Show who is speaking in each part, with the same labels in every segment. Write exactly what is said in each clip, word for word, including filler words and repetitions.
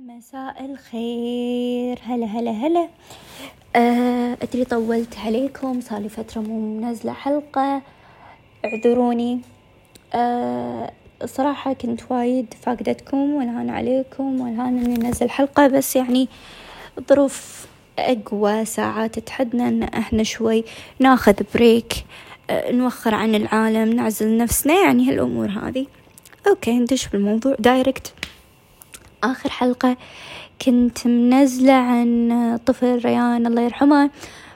Speaker 1: مساء الخير. هلا هلا هلا. أه أدري طولت عليكم، صار لي فترة مو منزلة حلقة، اعذروني. أه الصراحة كنت وايد فاقدتكم والهان عليكم والهان إني ننزل حلقة، بس يعني ظروف أقوى ساعات تحدنا إن إحنا شوي ناخذ بريك، أه نوخر عن العالم، نعزل نفسنا، يعني هالأمور هذه. أوكي ندش بالموضوع دايركت. آخر حلقة كنت منزلة عن طفل ريان الله يرحمه،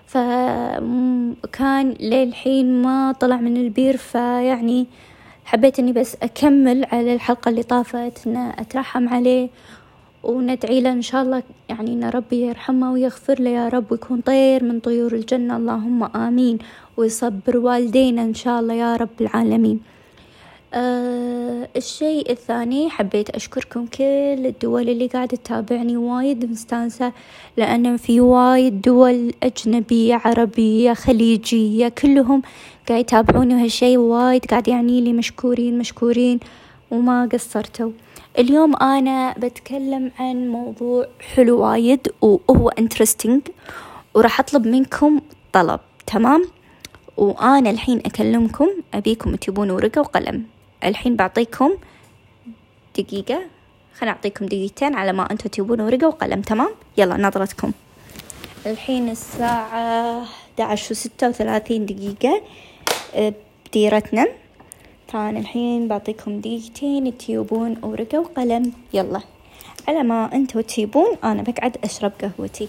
Speaker 1: فكان للحين ما طلع من البير، فيعني حبيت أني بس أكمل على الحلقة اللي طافت، أن أترحم عليه وندعي له إن شاء الله، يعني أن ربي يرحمه ويغفر له يا رب، ويكون طير من طيور الجنة، اللهم آمين، ويصبر والدينا إن شاء الله يا رب العالمين. أه الشيء الثاني، حبيت أشكركم كل الدول اللي قاعدة تتابعني، وايد مستانسة لأن في وايد دول أجنبية عربية خليجية كلهم قاعد يتابعوني، وهالشيء وايد قاعد يعني لي مشكورين مشكورين وما قصرتوا. اليوم أنا بتكلم عن موضوع حلو وايد وهو interesting، وراح أطلب منكم طلب، تمام؟ وأنا الحين أكلمكم أبيكم تجيبون ورقة وقلم. الحين بعطيكم دقيقة، خلنا أعطيكم دقيقتين على ما أنتوا تجيبون ورقة وقلم، تمام؟ يلا ناظرتكم. الحين الساعة إحدى عشر وستة وثلاثين دقيقة بديرتنا، فأنا الحين بعطيكم دقيقتين تجيبون ورقة وقلم. يلا على ما أنتوا تجيبون أنا بقعد أشرب قهوتي.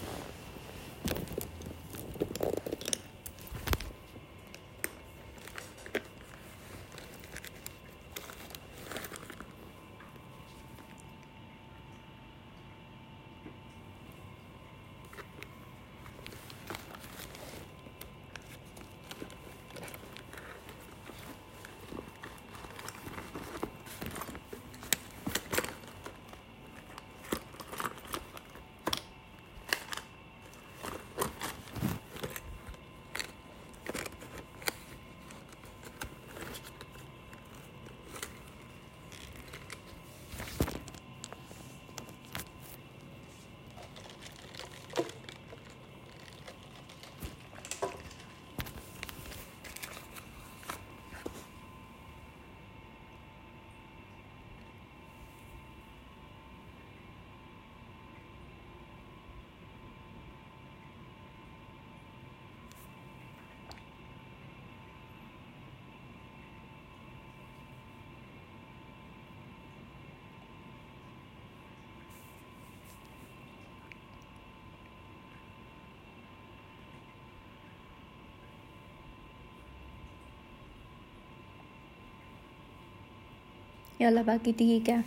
Speaker 1: يلا باقي دقيقة.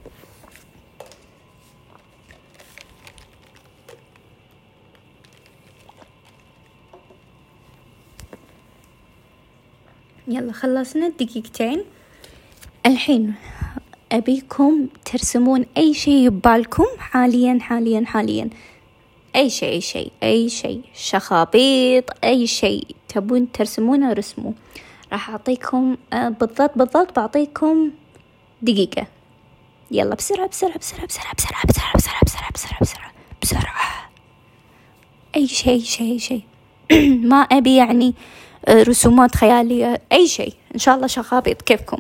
Speaker 1: يلا خلصنا الدقيقتين. الحين أبيكم ترسمون أي شيء ببالكم حاليا حاليا حاليا، أي شيء أي شيء أي شيء، شخابيط، أي شيء تبون ترسمونه رسموا. راح أعطيكم بالضبط بالضبط بعطيكم دقيقة. يلا بسرعة بسرعة بسرعة بسرعة بسرعة بسرعة بسرعة بسرعة بسرعة بسرعة بسرعة. أي شيء شيء شيء ما أبي يعني رسومات خيالية، أي شيء إن شاء الله شخابيط كيفكم.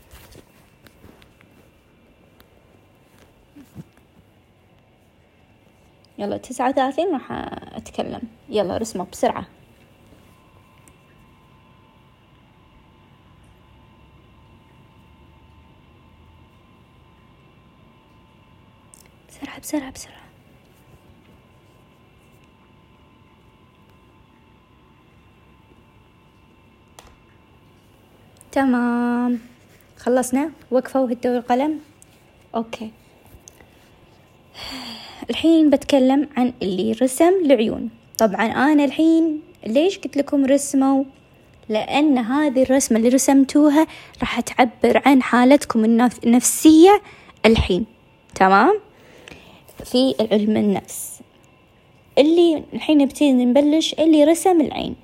Speaker 1: يلا تسعة وثلاثين راح أتكلم. يلا رسموا بسرعة. بسرعة بسرعة بسرعة. تمام خلصنا، وقفوا وهدوا القلم. أوكي الحين بتكلم عن اللي رسم العيون. طبعا أنا الحين ليش قلت لكم رسموا؟ لأن هذه الرسمة اللي رسمتوها راح تعبر عن حالتكم النفسية الحين، تمام؟ في علم النفس اللي الحين نبتدي نبلش. اللي رسم العين،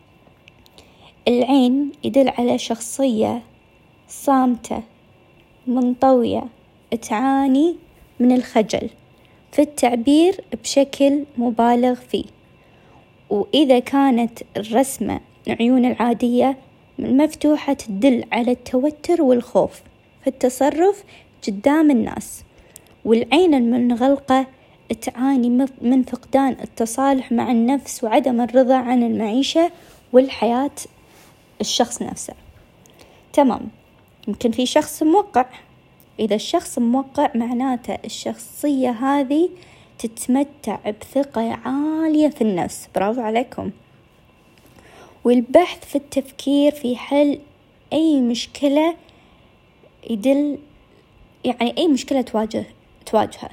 Speaker 1: العين يدل على شخصية صامتة منطوية تعاني من الخجل، في التعبير بشكل مبالغ فيه. وإذا كانت الرسمة العيون العادية المفتوحة تدل على التوتر والخوف في التصرف قدام الناس، والعين المنغلقة تعاني من فقدان التصالح مع النفس وعدم الرضا عن المعيشة والحياة الشخص نفسه. تمام. يمكن في شخص موقع، إذا الشخص موقع معناته الشخصية هذه تتمتع بثقة عالية في النفس، برافو عليكم، والبحث في التفكير في حل أي مشكلة يدل يعني أي مشكلة تواجه تواجهها،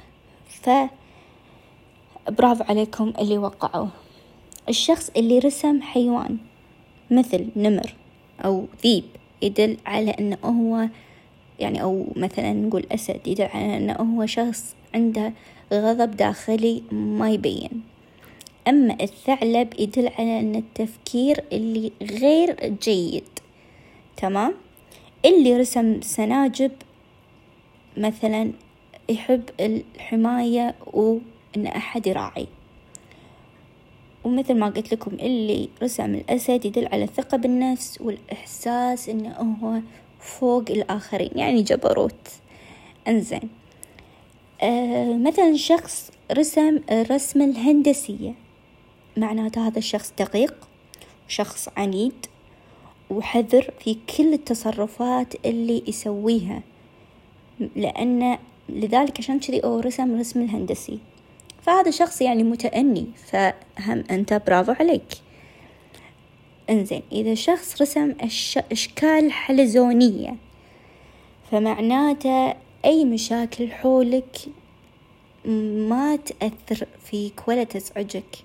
Speaker 1: فبرافو عليكم اللي وقعوه. الشخص اللي رسم حيوان مثل نمر أو ذيب يدل على أنه هو يعني أو مثلا نقول أسد يدل على أنه هو شخص عنده غضب داخلي ما يبين. أما الثعلب يدل على أن التفكير اللي غير جيد. تمام. اللي رسم سناجب مثلا يحب الحماية وأن أحد يراعي. ومثل ما قلت لكم اللي رسم الأسد يدل على الثقة بالنفس والإحساس أنه هو فوق الآخرين، يعني جبروت. أنزين. آه مثلا شخص رسم الرسمة الهندسية معناته هذا الشخص دقيق وشخص عنيد وحذر في كل التصرفات اللي يسويها، لأن لذلك عشان كذي أو رسم رسم الهندسي، فهذا شخص يعني متأني، فهم أنت برافو عليك. انزين. إذا شخص رسم أش... أشكال حلزونية فمعناته أي مشاكل حولك ما تأثر فيك ولا تزعجك.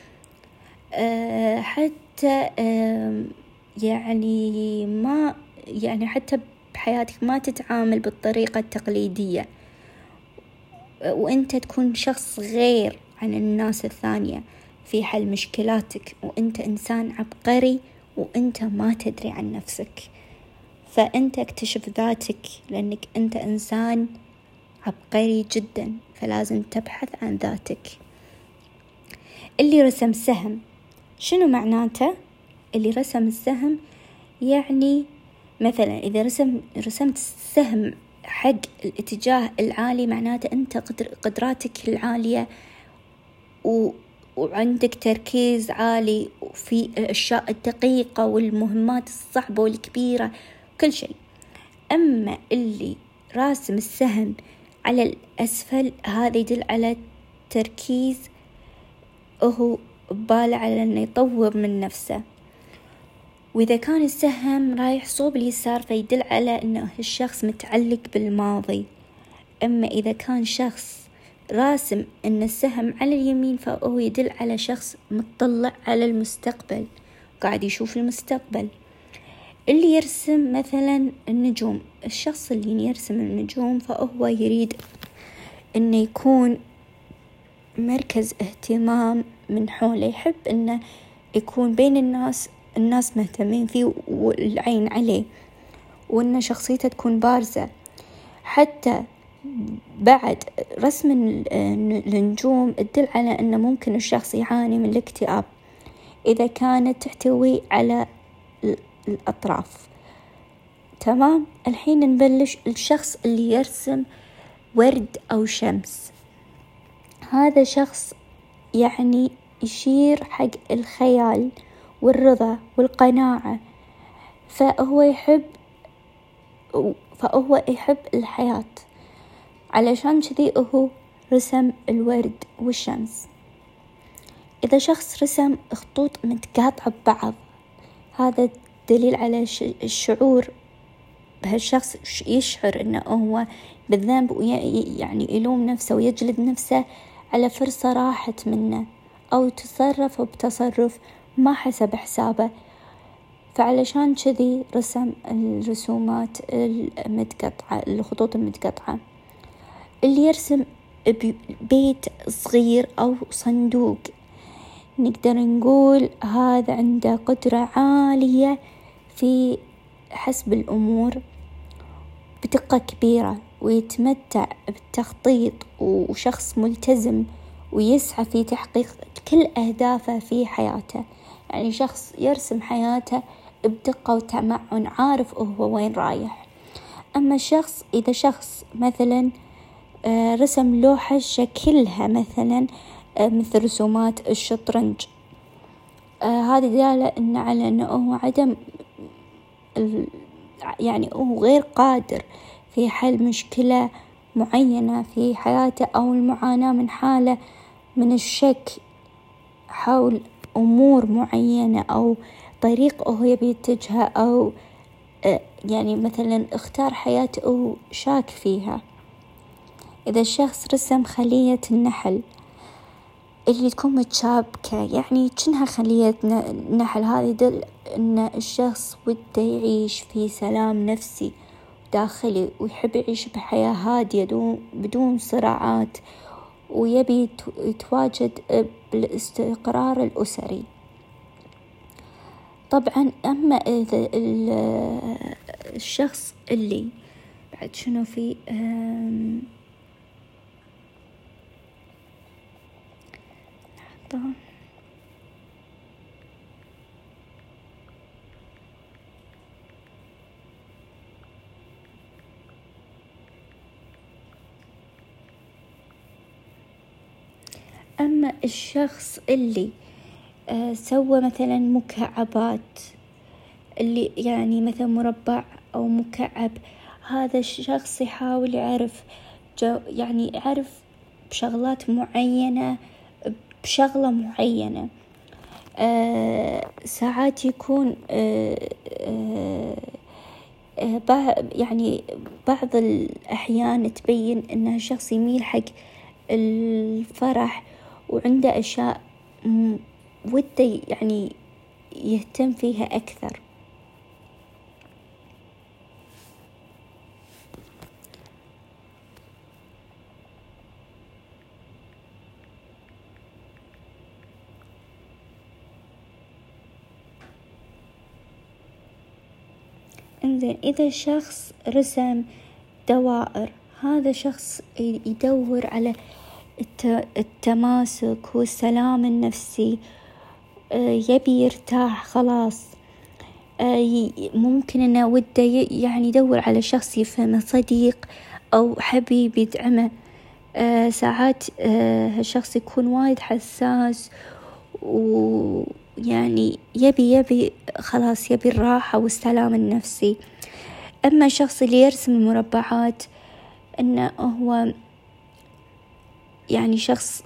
Speaker 1: أه حتى أه يعني ما يعني حتى بحياتك ما تتعامل بالطريقة التقليدية، وأنت تكون شخص غير عن الناس الثانية في حل مشكلاتك، وأنت إنسان عبقري وأنت ما تدري عن نفسك، فأنت اكتشف ذاتك لأنك أنت إنسان عبقري جدا، فلازم تبحث عن ذاتك. اللي رسم سهم شنو معناته؟ اللي رسم السهم يعني مثلا إذا رسم رسمت السهم حق الاتجاه العالي معناته أنت قدراتك العالية و... وعندك تركيز عالي في الأشياء الدقيقة والمهمات الصعبة والكبيرة كل شيء. أما اللي راسم السهم على الأسفل هذا يدل على تركيز، وهو بالع على أنه يطور من نفسه. وإذا كان السهم رايح صوب اليسار فيدل على أنه الشخص متعلق بالماضي. أما إذا كان شخص راسم أن السهم على اليمين فهو يدل على شخص متطلع على المستقبل، قاعد يشوف المستقبل. اللي يرسم مثلا النجوم، الشخص اللي يرسم النجوم فهو يريد أنه يكون مركز اهتمام من حوله، يحب أنه يكون بين الناس الناس مهتمين فيه والعين عليه، وأن شخصيته تكون بارزة. حتى بعد رسم النجوم تدل على أنه ممكن الشخص يعاني من الاكتئاب إذا كانت تحتوي على الأطراف. تمام. الحين نبلش. الشخص اللي يرسم ورد أو شمس، هذا شخص يعني يشير حق الخيال والرضا والقناعة، فهو يحب فهو يحب الحياة، علشان كذي هو رسم الورد والشمس. إذا شخص رسم خطوط متقاطعة ببعض هذا دليل على الشعور بهالشخص، يشعر أنه هو بالذنب ويعني يلوم نفسه ويجلد نفسه على فرصة راحت منه، أو تصرف بتصرف ما حسب حسابه، فعلشان كذي رسم الرسومات المتقطعة الخطوط المتقطعة. اللي يرسم بيت صغير أو صندوق نقدر نقول هذا عنده قدرة عالية في حسب الأمور بدقة كبيرة، ويتمتع بالتخطيط وشخص ملتزم ويسعى في تحقيق كل أهدافه في حياته. يعني شخص يرسم حياته بدقة وتمعن، عارف هو وين رايح. أما الشخص إذا شخص مثلا رسم لوحة شكلها مثلا مثل رسومات الشطرنج، هذه دلالة إن على إنه هو عدم يعني هو غير قادر في حل مشكلة معينة في حياته، أو المعاناة من حالة من الشك حول أمور معينة أو طريق هو يبي يتجهه، أو يعني مثلا اختار حياته هو شاك فيها. إذا الشخص رسم خلية النحل اللي تكون متشابكة، يعني كأنها خلية نحل، هذا يدل إن الشخص وده يعيش في سلام نفسي داخلي، ويحب يعيش بحياة هادية بدون صراعات، ويبي يتواجد بالاستقرار الأسري. طبعا أما إذا الشخص اللي بعد شنو في أما الشخص اللي آه سوى مثلا مكعبات، اللي يعني مثلا مربع أو مكعب، هذا الشخص يحاول يعرف جو يعني يعرف بشغلات معينة بشغلة معينة. آه ساعات يكون آه آه آه يعني بعض الأحيان تبين أن الشخص يميل حق الفرح، وعنده أشياء وده يعني يهتم فيها أكثر. إنزين، إذا شخص رسم دوائر، هذا شخص يدور على التماسك والسلام النفسي، يبي يرتاح خلاص. ممكن إنه وده يعني يدور على شخص يفهمه، صديق أو حبيب يدعمه. ساعات هالشخص يكون وايد حساس، ويعني يبي يبي خلاص يبي الراحة والسلام النفسي. أما الشخص اللي يرسم المربعات، إنه هو يعني شخص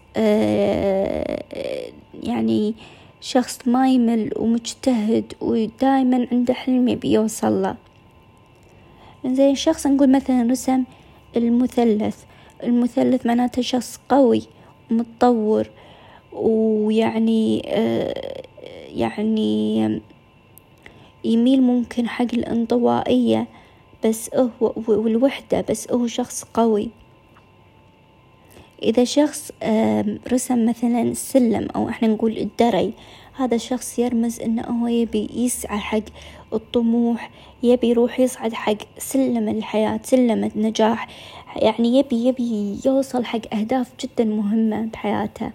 Speaker 1: يعني شخص ما يمل ومجتهد ودائما عنده حلم يبي يوصل له. زي شخص نقول مثلا رسم المثلث، المثلث معناته شخص قوي ومتطور، ويعني يعني يميل ممكن حق الانطوائية بس هو والوحدة، بس هو شخص قوي. إذا شخص رسم مثلا السلم، أو إحنا نقول الدري، هذا الشخص يرمز إنه هو يبي يسعى حق الطموح، يبي يروح يصعد حق سلم الحياة، سلم النجاح، يعني يبي يبي يوصل حق أهداف جدا مهمة بحياته.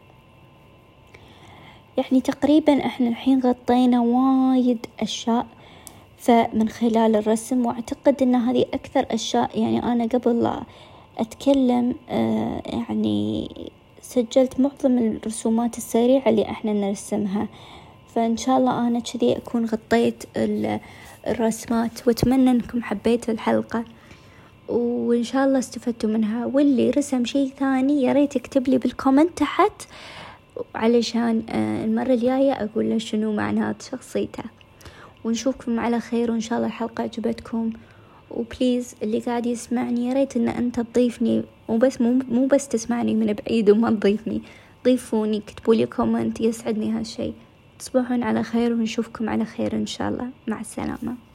Speaker 1: يعني تقريبا إحنا الحين غطينا وايد أشياء فمن خلال الرسم، وأعتقد إن هذه أكثر أشياء يعني أنا قبل لا أتكلم آه يعني سجلت معظم الرسومات السريعة اللي احنا نرسمها. فإن شاء الله أنا كذي أكون غطيت الرسمات، وأتمنى أنكم حبيتوا الحلقة وإن شاء الله استفدتوا منها. واللي رسم شيء ثاني يا ريت يكتب لي بالكومنت تحت، علشان آه المرة الجاية أقول له شنو معنات شخصيته. ونشوفكم على خير، وإن شاء الله الحلقة عجبتكم. وبليز اللي قاعد يسمعني يا ريت إن أنت تضيفني، وبس مو مو بس تسمعني من بعيد وما تضيفني، ضيفوني، كتبوا لي كومنت، يسعدني هالشي. تصبحون على خير، ونشوفكم على خير إن شاء الله. مع السلامة.